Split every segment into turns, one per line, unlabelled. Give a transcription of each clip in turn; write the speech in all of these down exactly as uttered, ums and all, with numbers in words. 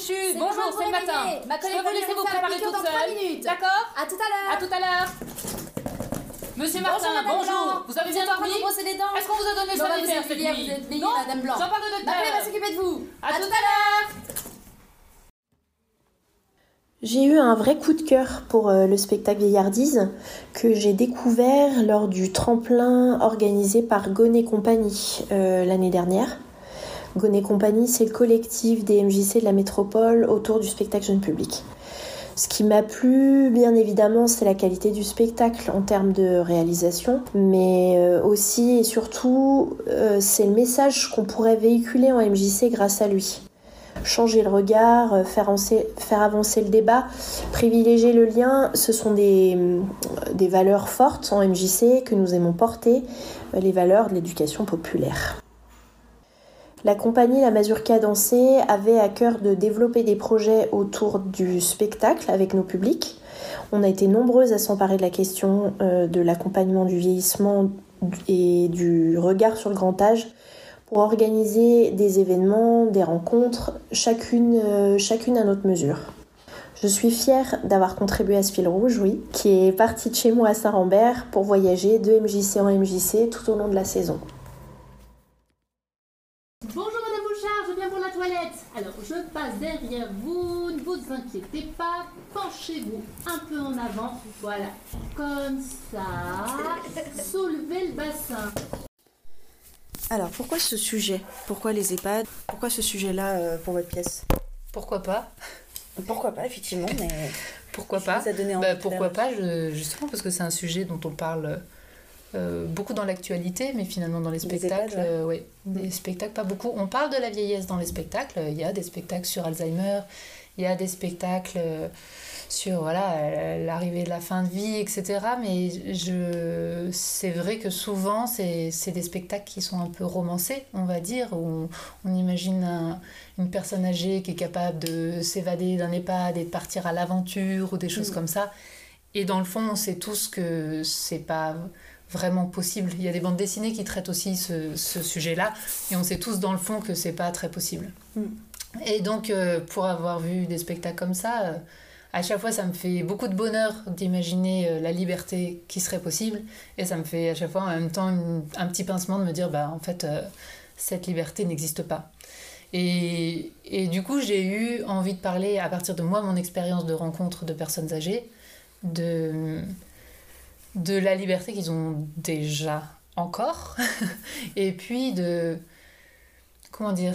Chut, bonjour, c'est le matin.
Ma collègue
je peux vous laisser vous préparer toute seule. D'accord?
À tout à l'heure.
À tout à l'heure. Monsieur Martin,
bonjour.
bonjour. Vous avez bien dormi? Est-ce qu'on vous a donné le somnifère cette nuit?
Vous êtes veillée,
Non,
Madame Blanc.
j'en parle au docteur.
Ma collègue va s'occuper de vous.
À, à tout à l'heure.
J'ai eu un vrai coup de cœur pour euh, le spectacle Vieillardise que j'ai découvert lors du tremplin organisé par Gonnet Compagnie euh, l'année dernière. Gonnet Compagnie, c'est le collectif des M J C de la métropole autour du spectacle jeune public. Ce qui m'a plu, bien évidemment, c'est la qualité du spectacle en termes de réalisation, mais euh, aussi et surtout, euh, c'est le message qu'on pourrait véhiculer en M J C grâce à lui. Changer le regard, faire avancer, faire avancer le débat, privilégier le lien, ce sont des, des valeurs fortes en M J C que nous aimons porter, les valeurs de l'éducation populaire. La compagnie La Mazurka Dansée avait à cœur de développer des projets autour du spectacle avec nos publics. On a été nombreuses à s'emparer de la question de l'accompagnement du vieillissement et du regard sur le grand âge pour organiser des événements, des rencontres, chacune, chacune à notre mesure. Je suis fière d'avoir contribué à ce fil rouge, oui, qui est parti de chez moi à Saint-Rambert pour voyager de M J C en M J C tout au long de la saison.
Bonjour Madame Bouchard, je viens pour la toilette. Alors, je passe derrière vous, ne vous inquiétez pas, penchez-vous un peu en avant, voilà, comme ça, soulevez le bassin.
Alors, pourquoi ce sujet? Pourquoi les EHPAD? Pourquoi ce sujet-là euh, pour votre pièce?
Pourquoi pas?
Pourquoi pas, effectivement, mais...
Pourquoi pas?
Ça donné
bah, Pourquoi pas, je, justement, parce que c'est un sujet dont on parle euh, beaucoup dans l'actualité, mais finalement dans les spectacles,
EHPAD, ouais.
euh, ouais, des spectacles, pas beaucoup. On parle de la vieillesse dans les spectacles, il y a des spectacles sur Alzheimer, il y a des spectacles... Euh, sur voilà, l'arrivée de la fin de vie, et cetera. Mais je... c'est vrai que souvent, c'est, c'est des spectacles qui sont un peu romancés, on va dire, où on, on imagine un, une personne âgée qui est capable de s'évader d'un EHPAD et de partir à l'aventure ou des choses mmh. comme ça. Et dans le fond, on sait tous que c'est pas vraiment possible. Il y a des bandes dessinées qui traitent aussi ce, ce sujet-là, et on sait tous dans le fond que c'est pas très possible. Mmh. Et donc, euh, pour avoir vu des spectacles comme ça... Euh, à chaque fois, ça me fait beaucoup de bonheur d'imaginer la liberté qui serait possible. Et ça me fait à chaque fois en même temps une, un petit pincement de me dire, bah, en fait, euh, cette liberté n'existe pas. Et, et du coup, j'ai eu envie de parler, à partir de moi, mon expérience de rencontre de personnes âgées, de, de la liberté qu'ils ont déjà encore. Et puis de... Comment dire ?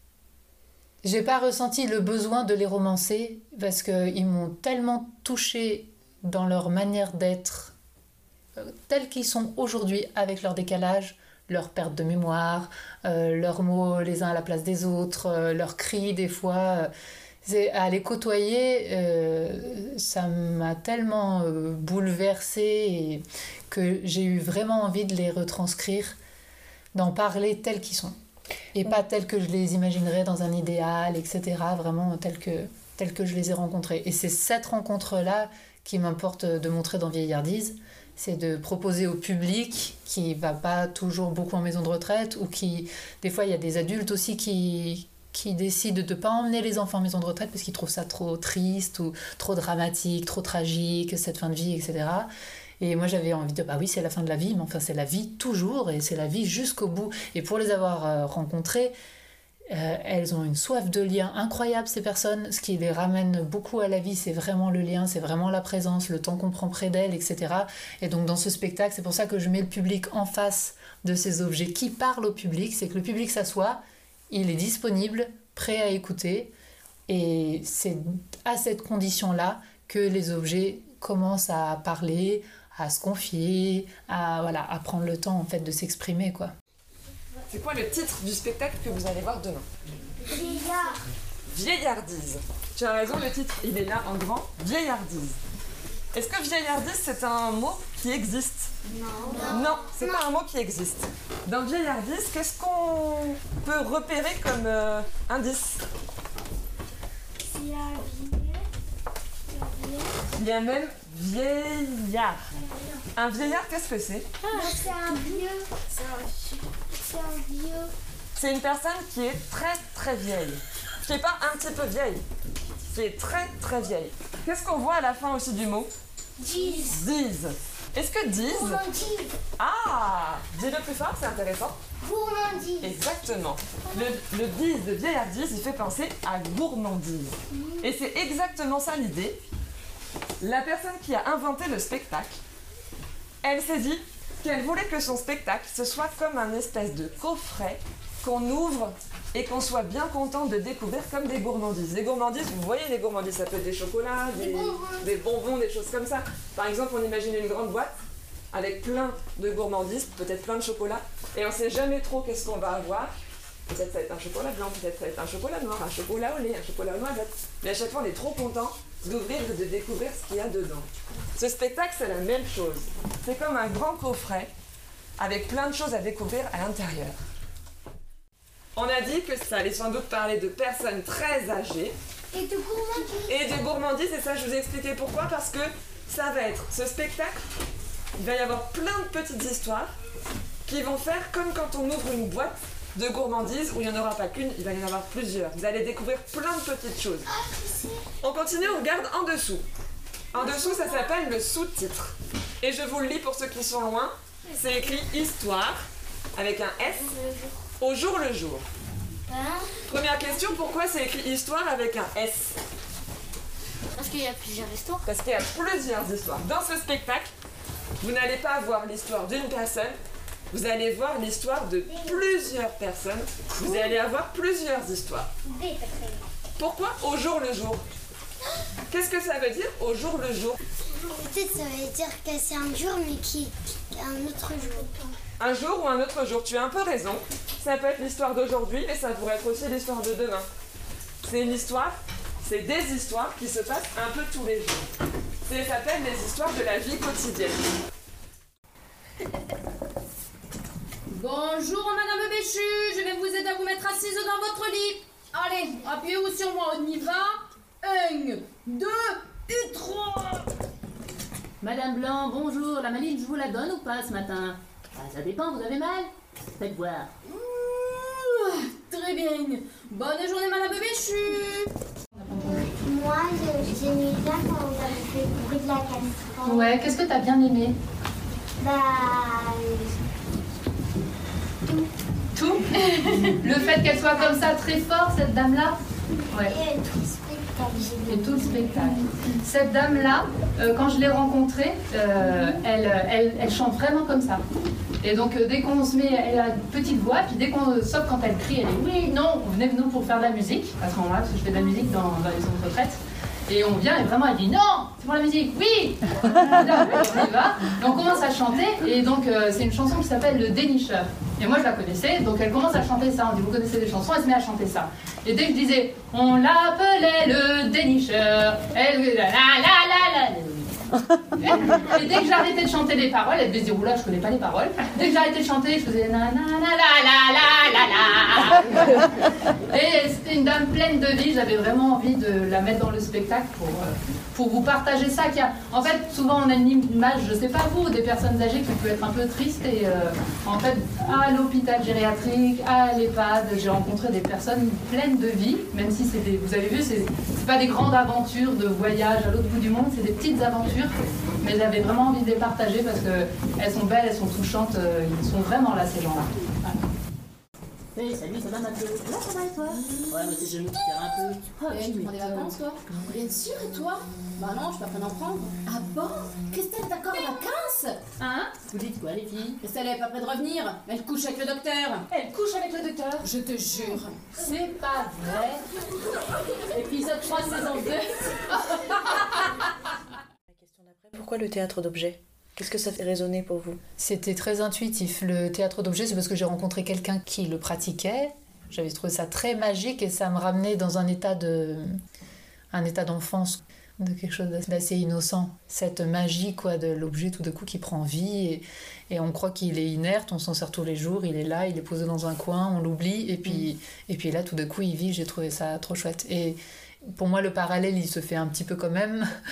J'ai pas ressenti le besoin de les romancer parce qu'ils m'ont tellement touchée dans leur manière d'être, euh, tels qu'ils sont aujourd'hui, avec leur décalage, leur perte de mémoire, euh, leurs mots les uns à la place des autres, euh, leurs cris des fois. Euh, c'est, à les côtoyer, euh, ça m'a tellement euh, bouleversée et que j'ai eu vraiment envie de les retranscrire, d'en parler tels qu'ils sont. Et pas tels que je les imaginerais dans un idéal, et cetera. Vraiment tels que, tels que je les ai rencontrés. Et c'est cette rencontre-là qui m'importe de montrer dans Vieillardise. C'est de proposer au public qui ne va pas toujours beaucoup en maison de retraite, ou qui... Des fois, il y a des adultes aussi qui, qui décident de ne pas emmener les enfants en maison de retraite parce qu'ils trouvent ça trop triste, ou trop dramatique, trop tragique, cette fin de vie, et cetera. Et moi, j'avais envie de dire, bah oui, c'est la fin de la vie, mais enfin, c'est la vie toujours, et c'est la vie jusqu'au bout. Et pour les avoir euh, rencontrées, euh, elles ont une soif de lien incroyable, ces personnes. Ce qui les ramène beaucoup à la vie, c'est vraiment le lien, c'est vraiment la présence, le temps qu'on prend près d'elles, et cetera. Et donc, dans ce spectacle, c'est pour ça que je mets le public en face de ces objets qui parlent au public. C'est que le public s'assoit, il est disponible, prêt à écouter. Et c'est à cette condition-là que les objets commencent à parler, à se confier, à, voilà, à prendre le temps en fait de s'exprimer, quoi.
C'est quoi le titre du spectacle que vous allez voir demain?
Vieillard.
Vieillardise. Tu as raison, le titre, il est là en grand. Vieillardise. Est-ce que vieillardise, c'est un mot qui existe?
Non.
Non, c'est non. pas un mot qui existe. Dans vieillardise, qu'est-ce qu'on peut repérer comme euh, indice?
Il y a vieux.
Il y a même vieillard. Un vieillard, qu'est-ce que c'est?
Ah, c'est un vieux. C'est un, c'est un vieux.
C'est une personne qui est très très vieille. qui n'est pas un petit peu vieille, qui est très très vieille. Qu'est-ce qu'on voit à la fin aussi du mot?
Dix.
Dise. Est-ce que dise...
Gourmandise.
Ah, dis-le plus fort, c'est intéressant.
Gourmandise.
Exactement. Le, le dise de vieillardise, il fait penser à gourmandise. Et c'est exactement ça l'idée. La personne qui a inventé le spectacle, elle s'est dit qu'elle voulait que son spectacle, ce soit comme un espèce de coffret qu'on ouvre et qu'on soit bien content de découvrir comme des gourmandises. Les gourmandises, vous voyez les gourmandises, ça peut être des chocolats, des, des bonbons, des choses comme ça. Par exemple, on imagine une grande boîte avec plein de gourmandises, peut-être plein de chocolats, et on ne sait jamais trop qu'est-ce qu'on va avoir. Peut-être ça va être un chocolat blanc, peut-être ça va être un chocolat noir, un chocolat au lait, un chocolat aux noisettes. Mais à chaque fois, on est trop content d'ouvrir et de découvrir ce qu'il y a dedans. Ce spectacle, c'est la même chose. C'est comme un grand coffret avec plein de choses à découvrir à l'intérieur. On a dit que ça allait sans doute parler de personnes très âgées
Et de gourmandise.
et de gourmandise, et ça je vous ai expliqué pourquoi, parce que ça va être ce spectacle, il va y avoir plein de petites histoires qui vont faire comme quand on ouvre une boîte de gourmandise où il n'y en aura pas qu'une, il va y en avoir plusieurs. Vous allez découvrir plein de petites choses. On continue, on regarde en dessous. En dessous, ça s'appelle le sous-titre. Et je vous le lis pour ceux qui sont loin. C'est écrit Histoire, avec un S, au jour le jour.
Hein?
Première question, pourquoi c'est écrit Histoire avec un S?
Parce qu'il y a plusieurs histoires.
Parce qu'il y a plusieurs histoires. Dans ce spectacle, vous n'allez pas voir l'histoire d'une personne, vous allez voir l'histoire de plusieurs personnes. Vous allez avoir plusieurs histoires. Pourquoi au jour le jour? Qu'est-ce que ça veut dire au jour le jour?
Peut-être ça veut dire que c'est un jour, mais qui est un autre jour.
Un jour ou un autre jour, tu as un peu raison. Ça peut être l'histoire d'aujourd'hui, mais ça pourrait être aussi l'histoire de demain. C'est une histoire, c'est des histoires qui se passent un peu tous les jours. Ça s'appelle les histoires de la vie quotidienne.
Bonjour Madame Béchu, je vais vous aider à vous mettre assise dans votre lit. Allez, appuyez-vous sur moi, on y va. Un, deux et trois. Madame Blanc, bonjour, la maline je vous la donne ou pas ce matin? Ah, ça dépend, vous avez mal? Faites voir. Ouh, très bien. Bonne journée Madame Béchu.
Moi, je- j'aimais bien quand on avait fait le bruit de la casserole.
Ouais, qu'est-ce que t'as bien aimé?
Bah,
Tout. Le fait qu'elle soit comme ça, très fort, cette dame-là. Ouais.
et tout le spectacle, j'ai
Et
bien.
tout le spectacle. Cette dame-là, euh, quand je l'ai rencontrée, euh, elle, elle, elle chante vraiment comme ça. Et donc euh, dès qu'on se met, elle a une petite voix, puis dès qu'on, sauf quand elle crie, elle dit oui, non, venez nous pour faire de la musique. À ce moment-là, parce que je fais de la musique dans, dans les centres de retraite. Et on vient et vraiment elle dit non, c'est pour la musique, oui. On y va. Et on commence à chanter et donc euh, c'est une chanson qui s'appelle Le Dénicheur. Et moi je la connaissais, donc elle commence à chanter ça. On dit vous connaissez des chansons, elle se met à chanter ça. Et dès que je disais on l'appelait le Dénicheur, elle la la la la. Et dès que j'arrêtais de chanter les paroles, elle devait se dire oula je connais pas les paroles. Dès que j'arrêtais de chanter, je faisais na na na la la la la la. Et c'était une dame pleine de vie. J'avais vraiment envie de la mettre dans le spectacle pour euh, pour vous partager ça. Qui a... En fait, souvent on a une image, je sais pas vous, des personnes âgées qui peut être un peu triste et euh, en fait à l'hôpital gériatrique, à l'EHPAD, j'ai rencontré des personnes pleines de vie, même si c'est des, vous avez vu, c'est c'est pas des grandes aventures de voyage à l'autre bout du monde, c'est des petites aventures. Mais j'avais vraiment envie de les partager parce qu'elles sont belles, elles sont touchantes, euh, ils sont vraiment là ces gens-là. Voilà.
Hey, salut, ça va Mathieu? Là, ça va et toi? Ouais, mais c'est je me tire un peu.
Ah, tu prends des vacances, toi? Bien sûr, et toi? Bah non, je suis pas prête d'en prendre. Ah bon? Christelle, d'accord en vacances?
Hein? Vous dites quoi les filles?
Christelle, elle est pas prête de revenir. Elle couche avec le docteur.
Elle couche avec le docteur?
Je te jure.
C'est pas vrai. Épisode trois, saison deux.
La question d'après, pourquoi le théâtre d'objets? Qu'est-ce que ça fait résonner pour vous?
C'était très intuitif. Le théâtre d'objets, c'est parce que j'ai rencontré quelqu'un qui le pratiquait. J'avais trouvé ça très magique et ça me ramenait dans un état de, un état d'enfance, de quelque chose d'assez innocent. Cette magie quoi, de l'objet tout d'un coup qui prend vie et, et on croit qu'il est inerte, on s'en sert tous les jours, il est là, il est posé dans un coin, on l'oublie et puis, mm. et puis là tout d'un coup il vit. J'ai trouvé ça trop chouette. Et pour moi le parallèle il se fait un petit peu quand même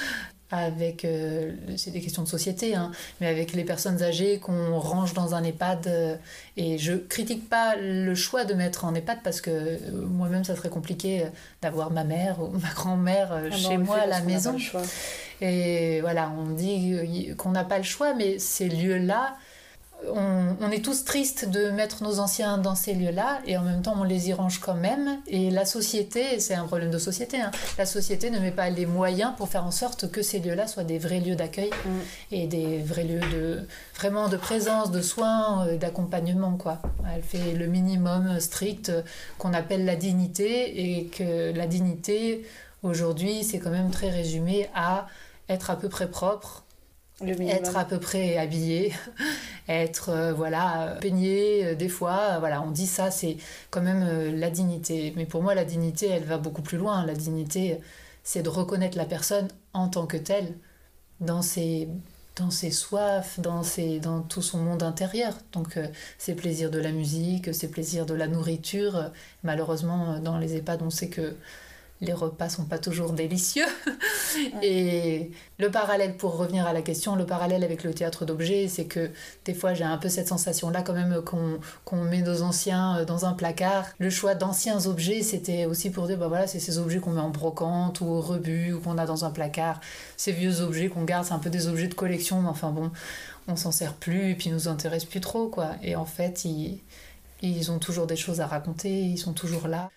avec, euh, c'est des questions de société, hein, mais avec les personnes âgées qu'on range dans un EHPAD. Euh, et je critique pas le choix de mettre en EHPAD parce que euh, moi-même, ça serait compliqué d'avoir ma mère ou ma grand-mère euh,
Ah
chez
non,
moi à la maison.
Le
Et voilà, on dit qu'on n'a pas le choix, mais ces lieux-là, On, on est tous tristes de mettre nos anciens dans ces lieux-là et en même temps on les y range quand même. Et la société, c'est un problème de société, hein, la société ne met pas les moyens pour faire en sorte que ces lieux-là soient des vrais lieux d'accueil mm. et des vrais lieux de, vraiment de présence, de soins, d'accompagnement, quoi. Elle fait le minimum strict qu'on appelle la dignité et que la dignité, aujourd'hui, c'est quand même très résumé à être à peu près propre, être à peu près habillé, être euh, voilà peigné euh, des fois, euh, voilà, on dit ça, c'est quand même euh, la dignité. Mais pour moi, la dignité, elle va beaucoup plus loin. La dignité, c'est de reconnaître la personne en tant que telle, dans ses, dans ses soifs, dans, ses, dans tout son monde intérieur. Donc, euh, ses plaisirs de la musique, ses plaisirs de la nourriture. Euh, malheureusement, dans les EHPAD, on sait que les repas sont pas toujours délicieux. Ouais. Et le parallèle, pour revenir à la question, le parallèle avec le théâtre d'objets, c'est que des fois j'ai un peu cette sensation-là quand même qu'on, qu'on met nos anciens dans un placard. Le choix d'anciens objets, c'était aussi pour dire, bah voilà, c'est ces objets qu'on met en brocante ou au rebut ou qu'on a dans un placard. Ces vieux objets qu'on garde, c'est un peu des objets de collection, mais enfin bon, on s'en sert plus et puis ils nous intéressent plus trop, quoi. Et en fait, ils, ils ont toujours des choses à raconter, ils sont toujours là.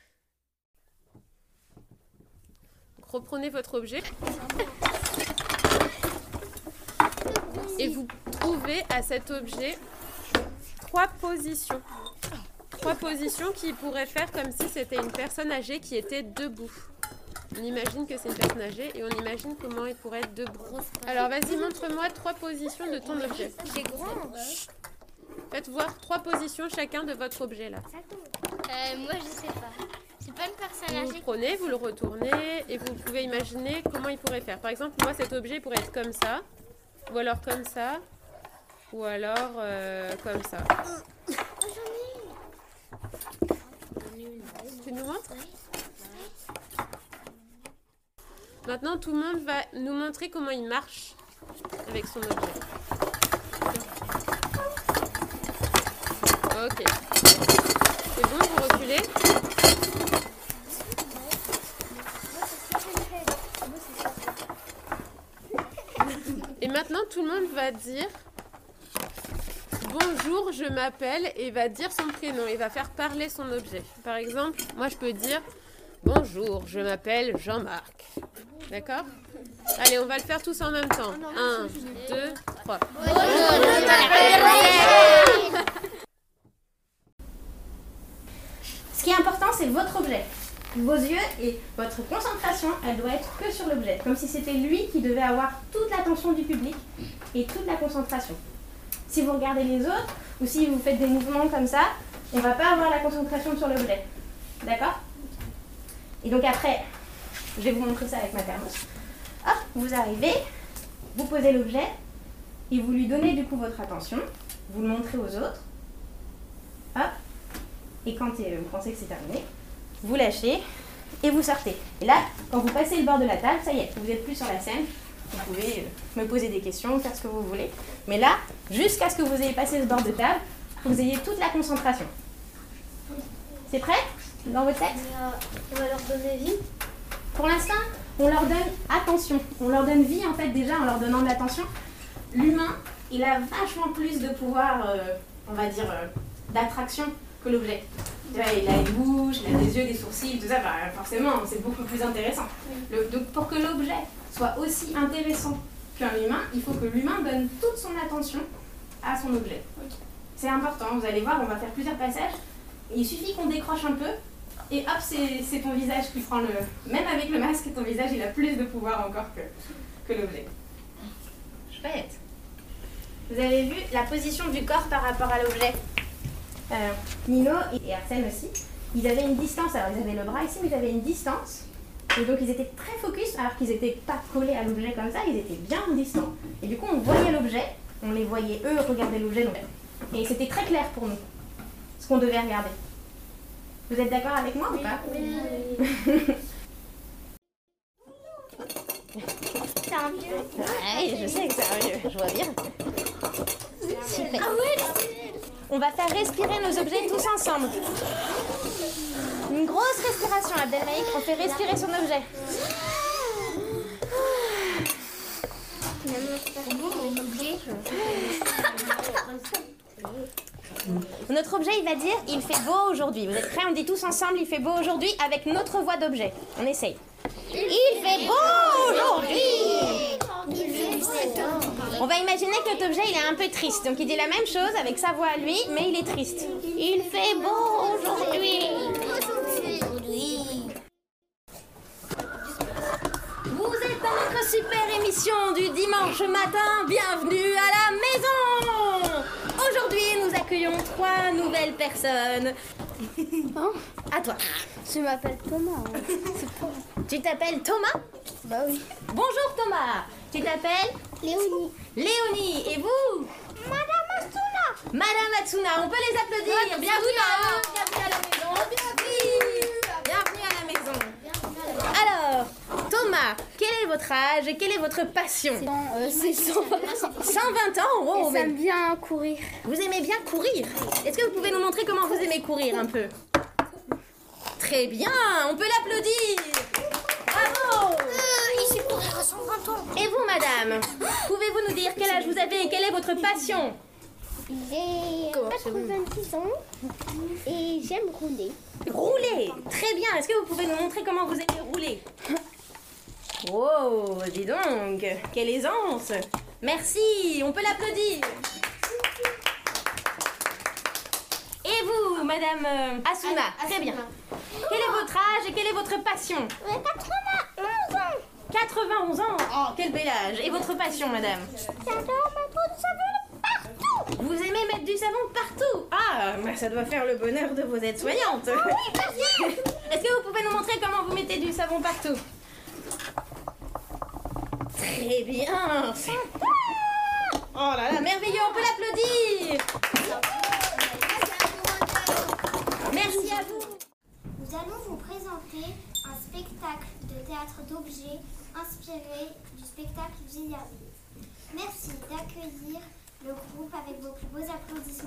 Reprenez votre objet et vous trouvez à cet objet trois positions. Trois positions qui pourraient faire comme si c'était une personne âgée qui était debout. On imagine que c'est une personne âgée et on imagine comment elle pourrait être debout. Alors vas-y, montre-moi trois positions de ton objet.
C'est grand.
Faites voir trois positions chacun de votre objet là.
Euh, moi je sais pas. C'est pas une personne âgée.
Vous le prenez, vous le retournez et vous pouvez imaginer comment il pourrait faire. Par exemple, moi cet objet pourrait être comme ça, ou alors comme ça, ou alors euh, comme ça. Tu nous montres ? Maintenant, tout le monde va nous montrer comment il marche avec son objet. Ok. C'est bon, vous reculez ? Et maintenant, tout le monde va dire « Bonjour, je m'appelle » et va dire son prénom. Il va faire parler son objet. Par exemple, moi, je peux dire « Bonjour, je m'appelle Jean-Marc ». D'accord ? Allez, on va le faire tous en même temps. Un, deux, trois.
Bonjour, je m'appelle.
Ce qui est important, c'est votre objet. Vos yeux et votre concentration, elle doit être que sur l'objet. Comme si c'était lui qui devait avoir toute l'attention du public et toute la concentration. Si vous regardez les autres, ou si vous faites des mouvements comme ça, on ne va pas avoir la concentration sur l'objet. D'accord ? Et donc après, je vais vous montrer ça avec ma thermos. Hop, vous arrivez, vous posez l'objet, et vous lui donnez du coup votre attention. Vous le montrez aux autres. Hop. Et quand vous pensez que c'est terminé, vous lâchez et vous sortez. Et là, quand vous passez le bord de la table, ça y est, vous n'êtes plus sur la scène. Vous pouvez me poser des questions, faire ce que vous voulez. Mais là, jusqu'à ce que vous ayez passé ce bord de table, vous ayez toute la concentration. C'est prêt dans votre tête ?
On va leur donner vie.
Pour l'instant, on leur donne attention. On leur donne vie en fait déjà en leur donnant de l'attention. L'humain, il a vachement plus de pouvoir, euh, on va dire, euh, d'attraction que l'objet. Il a une bouche, il a des yeux, des sourcils, tout ça, bah, forcément, c'est beaucoup plus intéressant. Le, donc pour que l'objet soit aussi intéressant qu'un humain, il faut que l'humain donne toute son attention à son objet. C'est important, vous allez voir, on va faire plusieurs passages. Il suffit qu'on décroche un peu, et hop, c'est, c'est ton visage qui prend le... Même avec le masque, ton visage, il a plus de pouvoir encore que, que l'objet. Chouette. Vous avez vu la position du corps par rapport à l'objet. Euh, Nino et Arsène aussi, ils avaient une distance, alors ils avaient le bras ici, mais ils avaient une distance, et donc ils étaient très focus, alors qu'ils n'étaient pas collés à l'objet comme ça, ils étaient bien distants. Et du coup, on voyait l'objet, on les voyait eux regarder l'objet, donc, et c'était très clair pour nous, ce qu'on devait regarder. Vous êtes d'accord avec moi ou pas ?
Oui. C'est un un vieux.
Ouais, je sais que c'est un vieux, je vois bien. Super.
Ah ouais.
On va faire respirer nos objets tous ensemble. Une grosse respiration, Abdelmaïk. On fait respirer son objet. Notre objet, il va dire « Il fait beau aujourd'hui ». Vous êtes prêts? On dit tous ensemble « Il fait beau aujourd'hui » avec notre voix d'objet. On essaye. Il fait beau aujourd'hui. On va imaginer que notre objet, il est un peu triste. Donc il dit la même chose avec sa voix à lui, mais il est triste. Il fait beau aujourd'hui. Vous êtes dans notre super émission du dimanche matin. Bienvenue à la maison. Aujourd'hui, nous accueillons trois nouvelles personnes.
Hein?
À toi.
Je m'appelle Thomas.
Tu t'appelles Thomas?
Bah oui.
Bonjour Thomas. Tu t'appelles?
Léonie.
Léonie. Et vous?
Madame Asuna.
Madame Atsuna. On peut les applaudir. Bienvenue à eux. Bienvenue à la maison. Bienvenue. Bienvenue à la maison. Alors, Thomas, quel est votre âge et quelle est votre passion?
Euh, c'est cent vingt.
cent vingt ans. Oh, mais
J'aime bien courir.
vous aimez bien courir? Est-ce que vous pouvez nous montrer comment vous aimez courir un peu? Très bien, on peut l'applaudir. Bravo.
il sait courir à cent vingt ans.
Et vous, madame, pouvez-vous nous dire quel âge vous avez et quelle est votre passion?
J'ai quatre-vingt-six ans et j'aime rouler.
Rouler. Très bien. Est-ce que vous pouvez nous montrer comment vous aimez rouler? Oh, dis donc, quelle aisance. Merci, on peut l'applaudir. Et vous, madame euh, Asuna? Très bien. Quel est votre âge et quelle est votre passion?
quatre-vingt-onze ans.
quatre-vingt-onze ans. Oh, quel bel âge. Et votre passion, madame?
J'adore mettre du savon partout.
Vous aimez mettre du savon partout? Ah, bah ça doit faire le bonheur de vos aides-soignantes.
Oui, merci.
Est-ce que vous pouvez nous montrer comment vous mettez du savon partout? Très bien. Oh là là, merveilleux, on peut l'applaudir. Merci à vous.
Nous allons vous présenter un spectacle de théâtre d'objets inspiré du spectacle Vieillardise. Merci d'accueillir le groupe avec vos plus beaux applaudissements.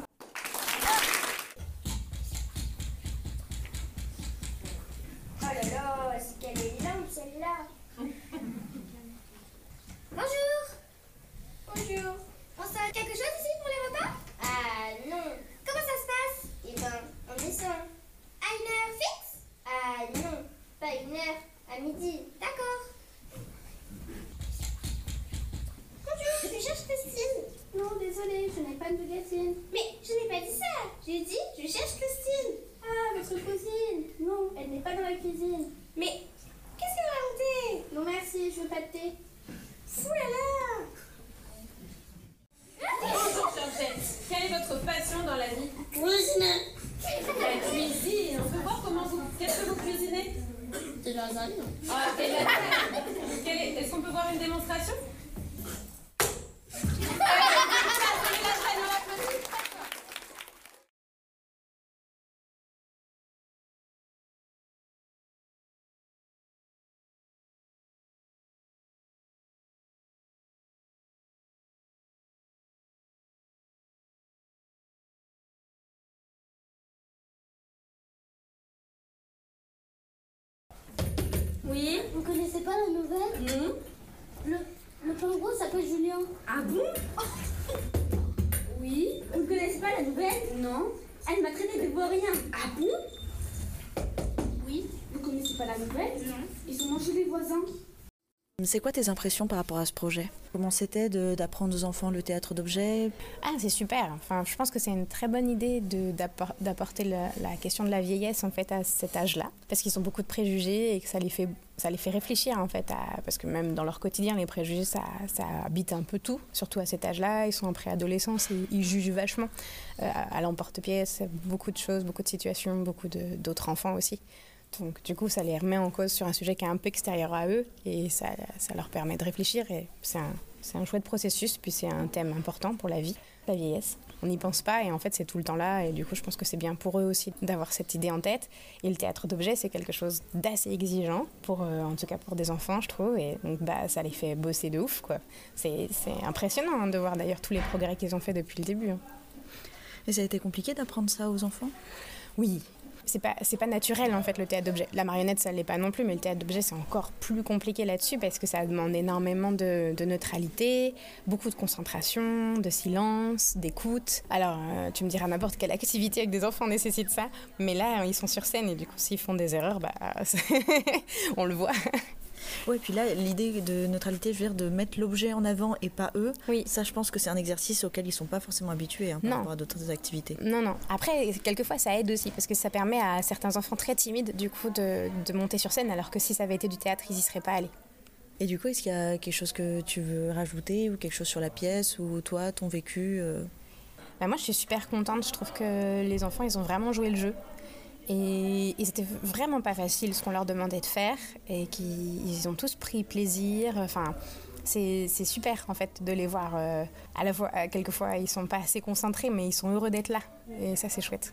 Oh là là, c'est qu'elle est lente celle-là. Bonjour. Bonjour. On sert quelque chose ici pour les repas? Ah non. Comment ça se passe? Eh ben, on descend. À une heure fixe? Ah non, pas une heure, à midi. D'accord. Bonjour, tu cherches Christine? Non, désolée, je n'ai pas de Gatine. Mais je n'ai pas dit ça. J'ai dit, je cherche Christine. Ah, votre cousine. Non, elle n'est pas dans la cuisine. Mais qu'est-ce que vous racontez? Non merci, je veux pas de thé. Fou là là.
Bonjour Georgette, quelle est votre passion dans la vie?
Cuisiner.
La cuisine. On peut voir comment vous... Qu'est-ce que vous cuisinez?
Des lasagnes.
Ah, des lasagnes. Quelle est... Est-ce qu'on peut voir une démonstration? Oui.
Vous connaissez pas la nouvelle?
Non.
Le, le kangourou s'appelle Julien.
Ah bon?
Oui. Vous ne connaissez pas la nouvelle? Non. Elle m'a traité de vaurien.
Ah bon?
Oui. Vous connaissez pas la nouvelle? Non. Ils ont mangé les voisins.
C'est quoi tes impressions par rapport à ce projet? Comment c'était de- d'apprendre aux enfants le théâtre d'objets?
Ah, c'est super. Enfin, je pense que c'est une très bonne idée de- d'appor- d'apporter la, la question de la vieillesse en fait à cet âge-là, parce qu'ils ont beaucoup de préjugés et que ça les fait, ça les fait réfléchir en fait, à- parce que même dans leur quotidien, les préjugés, ça, ça habite un peu tout, surtout à cet âge-là. Ils sont en préadolescence et ils jugent vachement euh, à l'emporte-pièce, beaucoup de choses, beaucoup de situations, beaucoup de- d'autres enfants aussi. Donc du coup, ça les remet en cause sur un sujet qui est un peu extérieur à eux et ça, ça leur permet de réfléchir et c'est un, c'est un chouette processus, puis c'est un thème important pour la vie, la vieillesse.
on n'y pense pas et en fait c'est tout le temps là et du coup je pense que c'est bien pour eux aussi d'avoir cette idée en tête. Et le théâtre d'objets c'est quelque chose d'assez exigeant, pour, euh, en tout cas pour des enfants je trouve, et donc bah, ça les fait bosser de ouf quoi. C'est, c'est impressionnant hein, de voir d'ailleurs tous les progrès qu'ils ont fait depuis le début. Hein.
Et ça a été compliqué d'apprendre ça aux enfants ?
Oui. C'est pas, c'est pas naturel en fait le théâtre d'objet. La marionnette ça l'est pas non plus, mais le théâtre d'objet c'est encore plus compliqué là-dessus parce que ça demande énormément de, de neutralité, beaucoup de concentration, de silence, d'écoute. Alors euh, tu me diras n'importe quelle activité avec des enfants nécessite ça, mais là ils sont sur scène et du coup s'ils font des erreurs, bah, on le voit.
Ouais, puis là, l'idée de neutralité, je veux dire, de mettre l'objet en avant et pas eux, oui. Ça, je pense que c'est un exercice auquel ils ne sont pas forcément habitués hein, par
non.
rapport à d'autres activités.
Non, non. Après, quelquefois, ça aide aussi, parce que ça permet à certains enfants très timides, du coup, de, de monter sur scène, alors que si ça avait été du théâtre, ils n'y seraient pas allés.
Et du coup, est-ce qu'il y a quelque chose que tu veux rajouter, ou quelque chose sur la pièce, ou toi, ton vécu euh...
bah, Moi, je suis super contente. Je trouve que les enfants, ils ont vraiment joué le jeu. Et c'était vraiment pas facile ce qu'on leur demandait de faire et qu'ils ont tous pris plaisir. Enfin, c'est, c'est super en fait de les voir. Euh, à la fois, quelquefois ils sont pas assez concentrés, mais ils sont heureux d'être là. Et ça c'est chouette.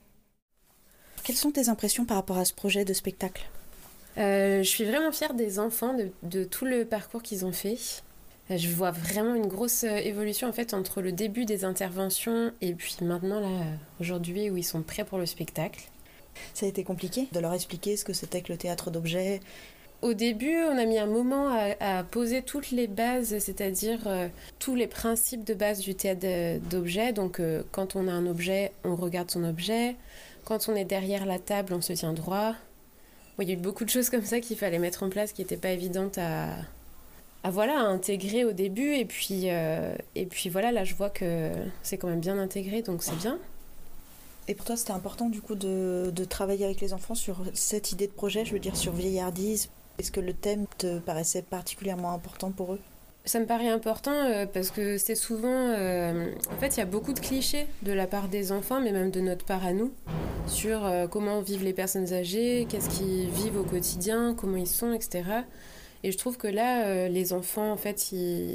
Quelles sont tes impressions par rapport à ce projet de spectacle ?
euh, Je suis vraiment fière des enfants, de, de tout le parcours qu'ils ont fait. Je vois vraiment une grosse évolution en fait entre le début des interventions et puis maintenant là aujourd'hui où ils sont prêts pour le spectacle.
Ça a été compliqué de leur expliquer ce que c'était que le théâtre d'objets ?
Au début, on a mis un moment à, à poser toutes les bases, c'est-à-dire euh, tous les principes de base du théâtre d'objets. Donc, euh, quand on a un objet, on regarde son objet. Quand on est derrière la table, on se tient droit. Bon, il y a eu beaucoup de choses comme ça qu'il fallait mettre en place, qui n'étaient pas évidentes à, à, voilà, à intégrer au début. Et puis, euh, et puis voilà, là, je vois que c'est quand même bien intégré, donc c'est bien.
Et pour toi, c'était important du coup de, de travailler avec les enfants sur cette idée de projet, je veux dire sur Vieillardise. Est-ce que le thème te paraissait particulièrement important pour eux ?
Ça me paraît important euh, parce que c'est souvent... Euh, en fait, il y a beaucoup de clichés de la part des enfants, mais même de notre part à nous, sur euh, comment vivent les personnes âgées, qu'est-ce qu'ils vivent au quotidien, comment ils sont, et cetera. Et je trouve que là, euh, les enfants, en fait, ils...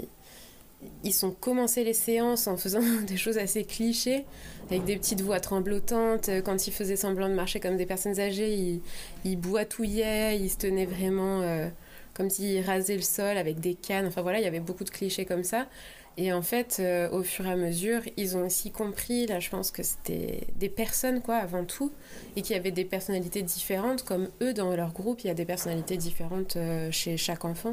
Ils ont commencé les séances en faisant des choses assez clichés, avec des petites voix tremblotantes. Quand ils faisaient semblant de marcher comme des personnes âgées, ils, ils boitouillaient, ils se tenaient vraiment euh, comme s'ils rasaient le sol avec des cannes. Enfin voilà, il y avait beaucoup de clichés comme ça. Et en fait, euh, au fur et à mesure, ils ont aussi compris, là je pense que c'était des personnes quoi, avant tout, et qu'il y avait des personnalités différentes, comme eux dans leur groupe, il y a des personnalités différentes euh, chez chaque enfant.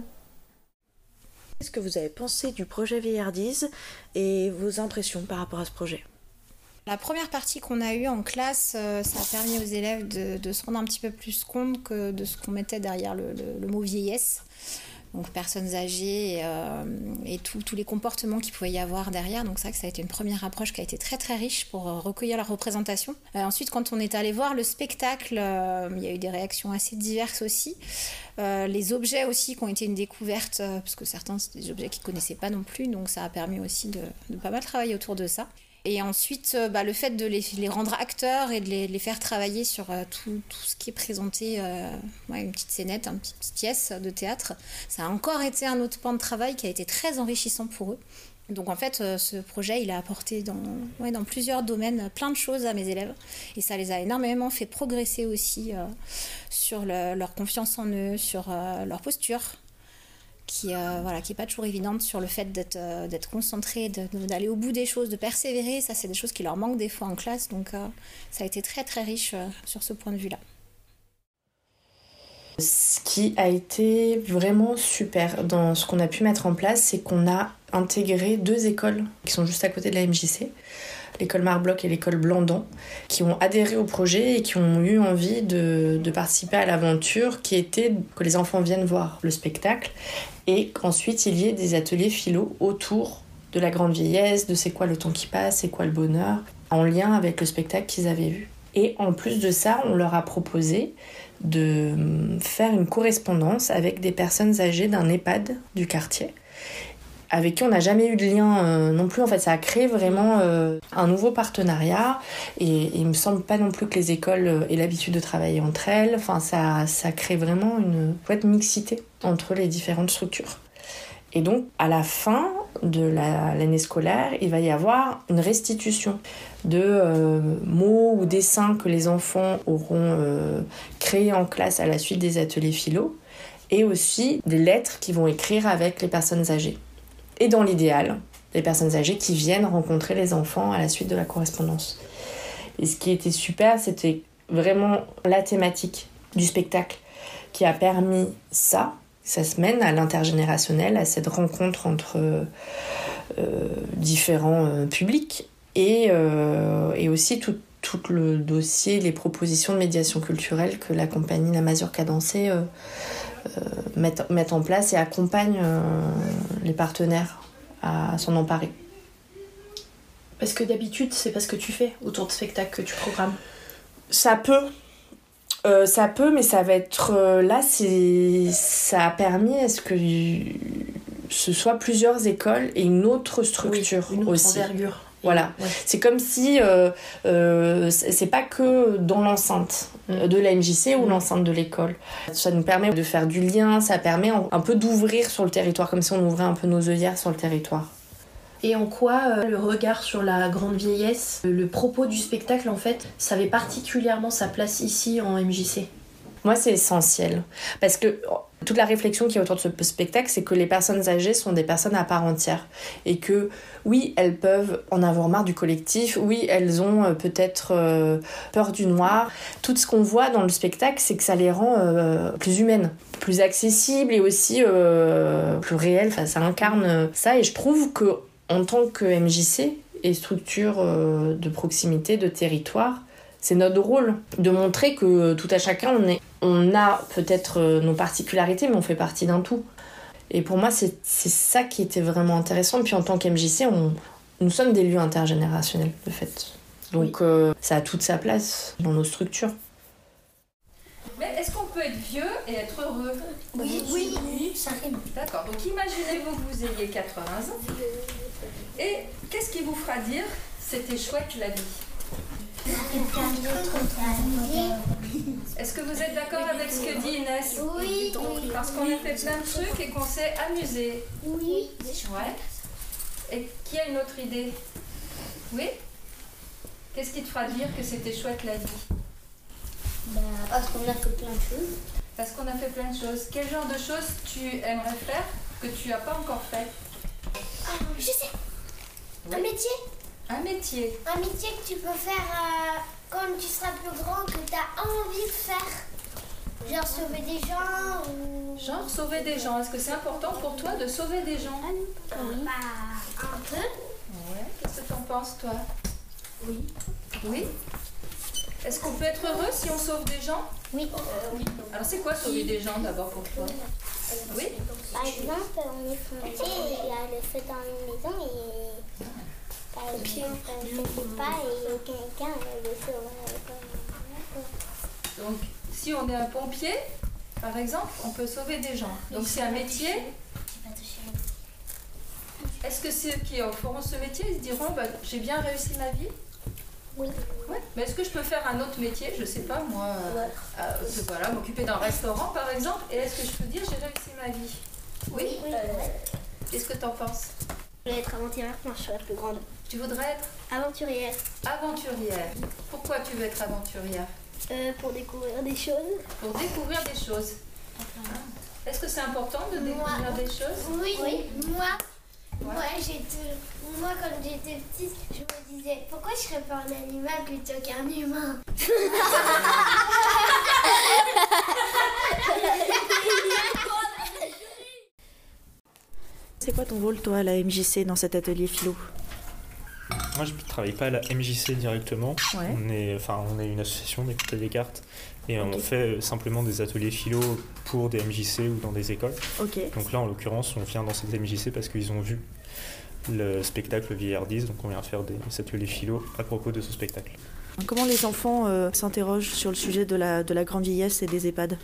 Qu'est-ce que vous avez pensé du projet Vieillardise et vos impressions par rapport à ce projet ?
La première partie qu'on a eue en classe, euh, ça a permis aux élèves de, de se rendre un petit peu plus compte que de ce qu'on mettait derrière le, le, le mot vieillesse. Donc personnes âgées et, euh, et tous les comportements qu'il pouvait y avoir derrière. Donc c'est vrai que ça a été une première approche qui a été très très riche pour euh, recueillir la représentation. Euh, ensuite, quand on est allé voir le spectacle, euh, il y a eu des réactions assez diverses aussi. Euh, les objets aussi qui ont été une découverte, euh, parce que certains c'est des objets qu'ils ne connaissaient pas non plus, donc ça a permis aussi de, de pas mal travailler autour de ça. Et ensuite, euh, bah, le fait de les, les rendre acteurs et de les, de les faire travailler sur euh, tout, tout ce qui est présenté, euh, ouais, une petite scénette, une petite pièce de théâtre, ça a encore été un autre pan de travail qui a été très enrichissant pour eux. Donc en fait, euh, ce projet, il a apporté dans, ouais, dans plusieurs domaines plein de choses à mes élèves. Et ça les a énormément fait progresser aussi euh, sur le, leur confiance en eux, sur euh, leur posture. qui euh, voilà, qui est pas toujours évidente sur le fait d'être, euh, d'être concentré, de, de, d'aller au bout des choses, de persévérer. Ça, c'est des choses qui leur manquent des fois en classe. Donc, euh, ça a été très, très riche euh, sur ce point de vue-là.
Ce qui a été vraiment super dans ce qu'on a pu mettre en place, c'est qu'on a intégré deux écoles qui sont juste à côté de la M J C, l'école Marbloch et l'école Blandan, qui ont adhéré au projet et qui ont eu envie de, de participer à l'aventure qui était que les enfants viennent voir le spectacle et qu'ensuite il y ait des ateliers philo autour de la grande vieillesse, de c'est quoi le temps qui passe, c'est quoi le bonheur, en lien avec le spectacle qu'ils avaient vu. Et en plus de ça, on leur a proposé de faire une correspondance avec des personnes âgées d'un EHPAD du quartier, avec qui on n'a jamais eu de lien euh, non plus. En fait, ça a créé vraiment euh, un nouveau partenariat et, et il me semble pas non plus que les écoles aient l'habitude de travailler entre elles. Enfin, ça, ça crée vraiment une chouette mixité entre les différentes structures. Et donc, à la fin, de la, l'année scolaire, il va y avoir une restitution de euh, mots ou dessins que les enfants auront euh, créés en classe à la suite des ateliers philo, et aussi des lettres qu'ils vont écrire avec les personnes âgées. Et dans l'idéal, les personnes âgées qui viennent rencontrer les enfants à la suite de la correspondance. Et ce qui était super, c'était vraiment la thématique du spectacle qui a permis ça. Ça se mène à l'intergénérationnel, à cette rencontre entre euh, différents euh, publics et, euh, et aussi tout, tout le dossier, les propositions de médiation culturelle que la compagnie La Mazurka Dansée euh, euh, met, met en place et accompagne euh, les partenaires à s'en emparer.
Parce que d'habitude, c'est pas ce que tu fais autour de spectacles que tu programmes.
Ça peut. Euh, ça peut, mais ça va être... Euh, là, c'est, ça a permis à ce que ce soit plusieurs écoles et une autre structure
oui, une autre
aussi.
envergure.
Voilà.
Ouais.
C'est comme si... Euh, euh, c'est pas que dans l'enceinte mmh. de la M J C ou mmh. l'enceinte de l'école. Ça nous permet de faire du lien, ça permet un peu d'ouvrir sur le territoire, comme si on ouvrait un peu nos œillères sur le territoire.
Et en quoi euh, le regard sur la grande vieillesse, le propos du spectacle en fait, ça avait particulièrement sa place ici en M J C?
Moi, c'est essentiel. Parce que toute la réflexion qui est autour de ce spectacle, c'est que les personnes âgées sont des personnes à part entière. Et que, oui, elles peuvent en avoir marre du collectif. Oui, elles ont euh, peut-être euh, peur du noir. Tout ce qu'on voit dans le spectacle, c'est que ça les rend euh, plus humaines, plus accessibles et aussi euh, plus réelles. Enfin, ça incarne ça. Et je trouve que en tant que M J C et structure euh, de proximité, de territoire, c'est notre rôle de montrer que tout à chacun, on, est, on a peut-être euh, nos particularités, mais on fait partie d'un tout. Et pour moi, c'est, c'est ça qui était vraiment intéressant. Et puis en tant qu'M J C, on, nous sommes des lieux intergénérationnels, de fait. Donc oui. euh, ça a toute sa place dans nos structures.
Mais est-ce qu'on peut être vieux et être heureux?
Oui, oui, oui, ça rime.
D'accord, donc imaginez-vous que vous ayez quatre-vingts ans. Et qu'est-ce qui vous fera dire c'était chouette la vie? Est-ce que vous êtes d'accord avec ce que dit Inès?
Oui.
Parce qu'on a fait plein de trucs et qu'on s'est amusé.
Oui.
Ouais. Et qui a une autre idée? Oui? Qu'est-ce qui te fera dire que c'était chouette la vie?
Bah, parce qu'on a fait plein de choses.
Parce qu'on a fait plein de choses. Quel genre de choses tu aimerais faire que tu n'as pas encore fait?
Ah, je sais.
Oui.
Un métier.
Un métier.
Un métier que tu peux faire euh, quand tu seras plus grand, que tu as envie de faire. Genre sauver des gens ou...
Genre sauver des gens. Est-ce que c'est important pour toi de sauver des gens?
Oui. Bah, un peu.
Ouais. Qu'est-ce que tu en penses, toi?
Oui.
Oui? Est-ce qu'on peut être heureux si on sauve des gens?
Oui.
Euh, oui. Alors c'est quoi sauver des gens d'abord pour toi? Oui.
Par exemple, on est foncé et il y a le feu dans une maison et par exemple, je ne sais pas et quelqu'un le sauve.
Donc si on est un pompier, par exemple, on peut sauver des gens. Donc c'est un métier. Est-ce que ceux qui feront ce métier, ils se diront bah, j'ai bien réussi ma vie?
Oui.
Ouais. Mais est-ce que je peux faire un autre métier? Je sais pas moi. Ouais. Euh, voilà, m'occuper d'un restaurant par exemple. Et est-ce que je peux dire j'ai réussi ma vie? Oui.
Oui.
Euh, Qu'est-ce que tu en penses?
Je voudrais être aventurière quand je serai plus grande.
Tu voudrais être
aventurière.
Aventurière. Pourquoi tu veux être aventurière?
euh, Pour découvrir des choses.
Pour découvrir des choses. Ah. Est-ce que c'est important de découvrir moi, des choses?
Oui. Oui. Moi. Ouais. Moi, j'étais, moi, quand j'étais petite, je me disais pourquoi je serais pas un animal plutôt qu'un humain.
C'est quoi ton rôle, toi, à la M J C dans cet atelier philo?
Moi, je ne travaille pas à la M J C directement. Ouais. On est, enfin, on est une association d'Écoute des cartes et okay. on fait simplement des ateliers philo pour des M J C ou dans des écoles.
Okay.
Donc là, en l'occurrence, on vient dans cette M J C parce qu'ils ont vu le spectacle Vieillardise, donc on vient faire des ateliers philo à propos de ce spectacle.
Comment les enfants euh, s'interrogent sur le sujet de la, de la grande vieillesse et des EHPAD?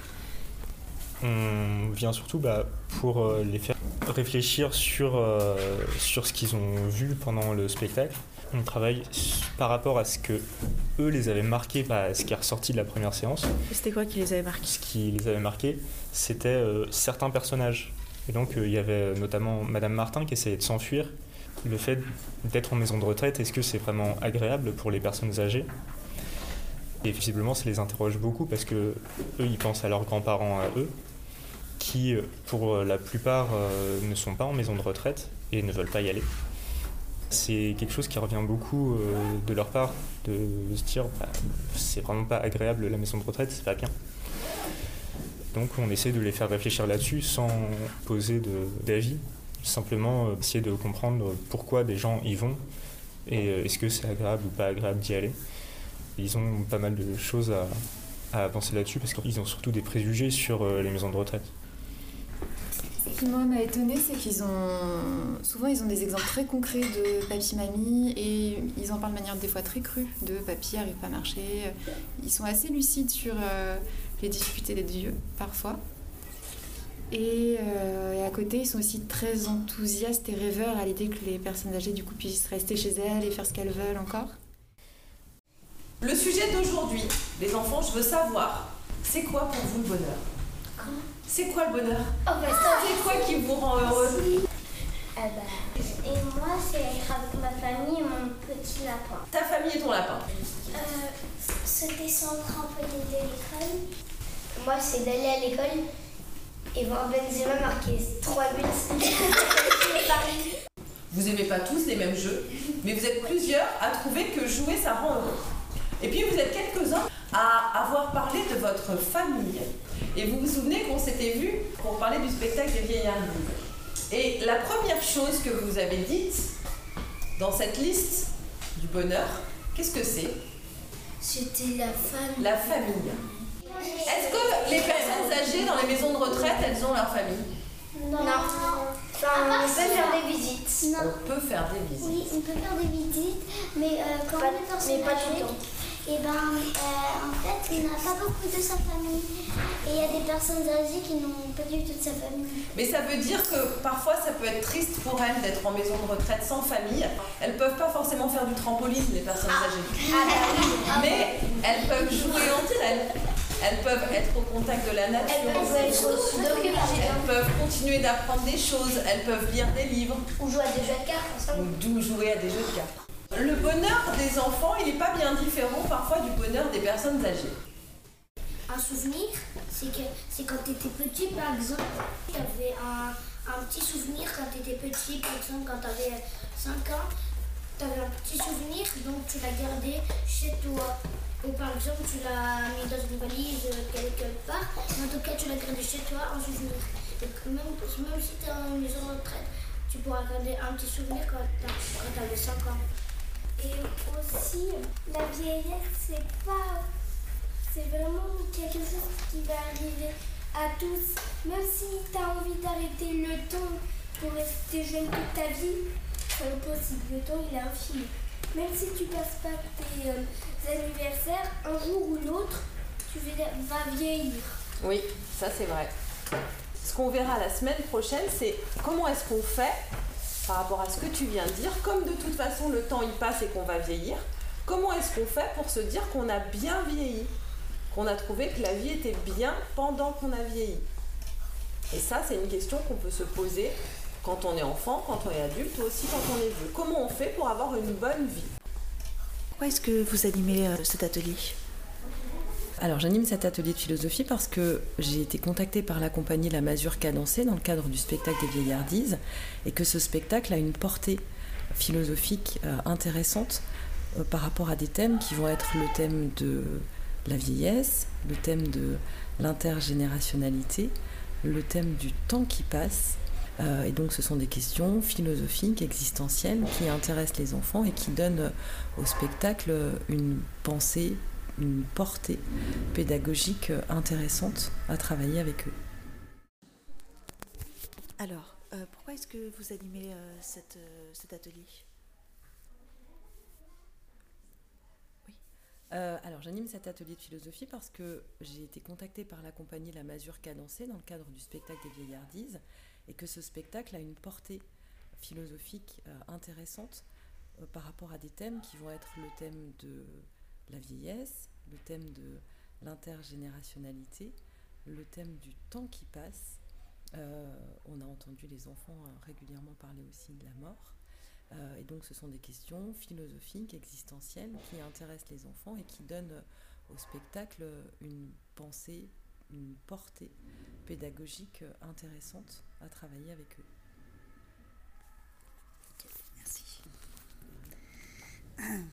On vient surtout bah, pour euh, les faire réfléchir sur, euh, sur ce qu'ils ont vu pendant le spectacle. On travaille par rapport à ce que eux les avait marqués, bah, ce qui est ressorti de la première séance.
Et c'était quoi qui les avait marqués?
Ce qui les avait marqués, c'était euh, certains personnages Et donc il y avait notamment Madame Martin qui essayait de s'enfuir. Le fait d'être en maison de retraite, est-ce que c'est vraiment agréable pour les personnes âgées ? Et visiblement, ça les interroge beaucoup parce que eux, ils pensent à leurs grands-parents à eux, qui, pour la plupart, euh, ne sont pas en maison de retraite et ne veulent pas y aller. C'est quelque chose qui revient beaucoup euh, de leur part, de, de se dire bah, c'est vraiment pas agréable la maison de retraite, c'est pas bien. Donc on essaie de les faire réfléchir là-dessus sans poser de, d'avis, simplement euh, essayer de comprendre pourquoi des gens y vont et euh, est-ce que c'est agréable ou pas agréable d'y aller. Ils ont pas mal de choses à, à penser là-dessus parce qu'ils ont surtout des préjugés sur euh, les maisons de retraite.
Ce qui moi m'a étonnée, c'est qu'ils ont souvent ils ont des exemples très concrets de papy-mamie et ils en parlent de manière des fois très crue, de papy arrive pas à marcher. Ils sont assez lucides sur euh, les difficultés d'être vieux parfois. Et, euh, et à côté, ils sont aussi très enthousiastes et rêveurs à l'idée que les personnes âgées du coup puissent rester chez elles et faire ce qu'elles veulent encore.
Le sujet d'aujourd'hui, les enfants, je veux savoir, c'est quoi pour vous le bonheur ? C'est quoi le bonheur ?
Oh, bah, ça,
c'est quoi qui vous rend heureux ?
Ah bah, et moi, c'est être avec ma famille et mon petit lapin.
Ta famille et ton lapin ?
Euh, se descendre un peu de l'école. Moi, c'est d'aller à l'école et voir Benzema marquer trois buts.
Vous aimez pas tous les mêmes jeux, mais vous êtes plusieurs à trouver que jouer, ça rend heureux. Et puis vous êtes quelques-uns à avoir parlé de votre famille. Et vous vous souvenez qu'on s'était vu pour parler du spectacle des Vieillardises. Et la première chose que vous avez dite dans cette liste du bonheur, qu'est-ce que c'est ?
C'était la famille.
La famille. Est-ce que les personnes âgées dans les maisons de retraite, elles ont leur famille ?
Non. non. Enfin, on peut faire des visites.
Non. On peut faire des visites.
Oui, on peut faire des visites, mais euh, quand
pas,
on est personne
mais pas
âgée,
tout le temps.
Et ben, euh, en fait, on n'a pas beaucoup de sa famille. Et il y a des personnes âgées qui n'ont pas du tout de sa famille.
Mais ça veut dire que parfois, ça peut être triste pour elles d'être en maison de retraite sans famille. Elles peuvent pas forcément faire du trampoline, les personnes
ah.
âgées.
Ah, bah oui.
Mais elles peuvent jouer entre elles. Elles peuvent être au contact de la nature.
Elles peuvent,
elles peuvent continuer d'apprendre des choses. Elles peuvent lire des livres.
Ou jouer à des jeux de cartes ensemble.
Ou jouer à des jeux de cartes. Le bonheur des enfants, il n'est pas bien différent parfois du bonheur des personnes âgées.
Un souvenir, c'est que c'est quand tu étais petit, par exemple, tu avais un, un petit souvenir quand tu étais petit, par exemple, quand tu avais cinq ans, tu avais un petit souvenir, donc tu l'as gardé chez toi. Ou par exemple, tu l'as mis dans une valise quelque part, mais en tout cas, tu l'as gardé chez toi en souvenir. Donc, même, même si tu es en maison de retraite, tu pourras garder un petit souvenir quand tu avais cinq ans. Et aussi, la vieillesse, c'est pas... C'est vraiment quelque chose qui va arriver à tous. Même si tu as envie d'arrêter le temps pour rester jeune toute ta vie, c'est impossible. Le temps, il est infini. Même si tu passes pas tes euh, anniversaires, un jour ou l'autre, tu vas vieillir.
Oui, ça c'est vrai. Ce qu'on verra la semaine prochaine, c'est comment est-ce qu'on fait par rapport à ce que tu viens de dire. Comme de toute façon le temps il passe et qu'on va vieillir, comment est-ce qu'on fait pour se dire qu'on a bien vieilli ? Qu'on a trouvé que la vie était bien pendant qu'on a vieilli. Et ça, c'est une question qu'on peut se poser quand on est enfant, quand on est adulte, ou aussi quand on est vieux. Comment on fait pour avoir une bonne vie ?
Pourquoi est-ce que vous animez euh, cet atelier ?
Alors j'anime cet atelier de philosophie parce que j'ai été contactée par la compagnie La Masure Cadencée dans le cadre du spectacle des Vieillardises et que ce spectacle a une portée philosophique euh, intéressante euh, par rapport à des thèmes qui vont être le thème de la vieillesse, le thème de l'intergénérationnalité, le thème du temps qui passe. Euh, et donc ce sont des questions philosophiques, existentielles qui intéressent les enfants et qui donnent au spectacle une pensée, une portée pédagogique intéressante à travailler avec eux.
Alors, euh, pourquoi est-ce que vous animez euh, cette, euh, cet atelier ?
Oui. Euh, alors, j'anime cet atelier de philosophie parce que j'ai été contactée par la compagnie La Masure Cadencée dans le cadre du spectacle des Vieillardises et que ce spectacle a une portée philosophique euh, intéressante euh, par rapport à des thèmes qui vont être le thème de la vieillesse, le thème de l'intergénérationnalité, le thème du temps qui passe. Euh, on a entendu les enfants euh, régulièrement parler aussi de la mort. Euh, et donc ce sont des questions philosophiques, existentielles, qui intéressent les enfants et qui donnent au spectacle une pensée, une portée pédagogique intéressante à travailler avec eux.
Merci.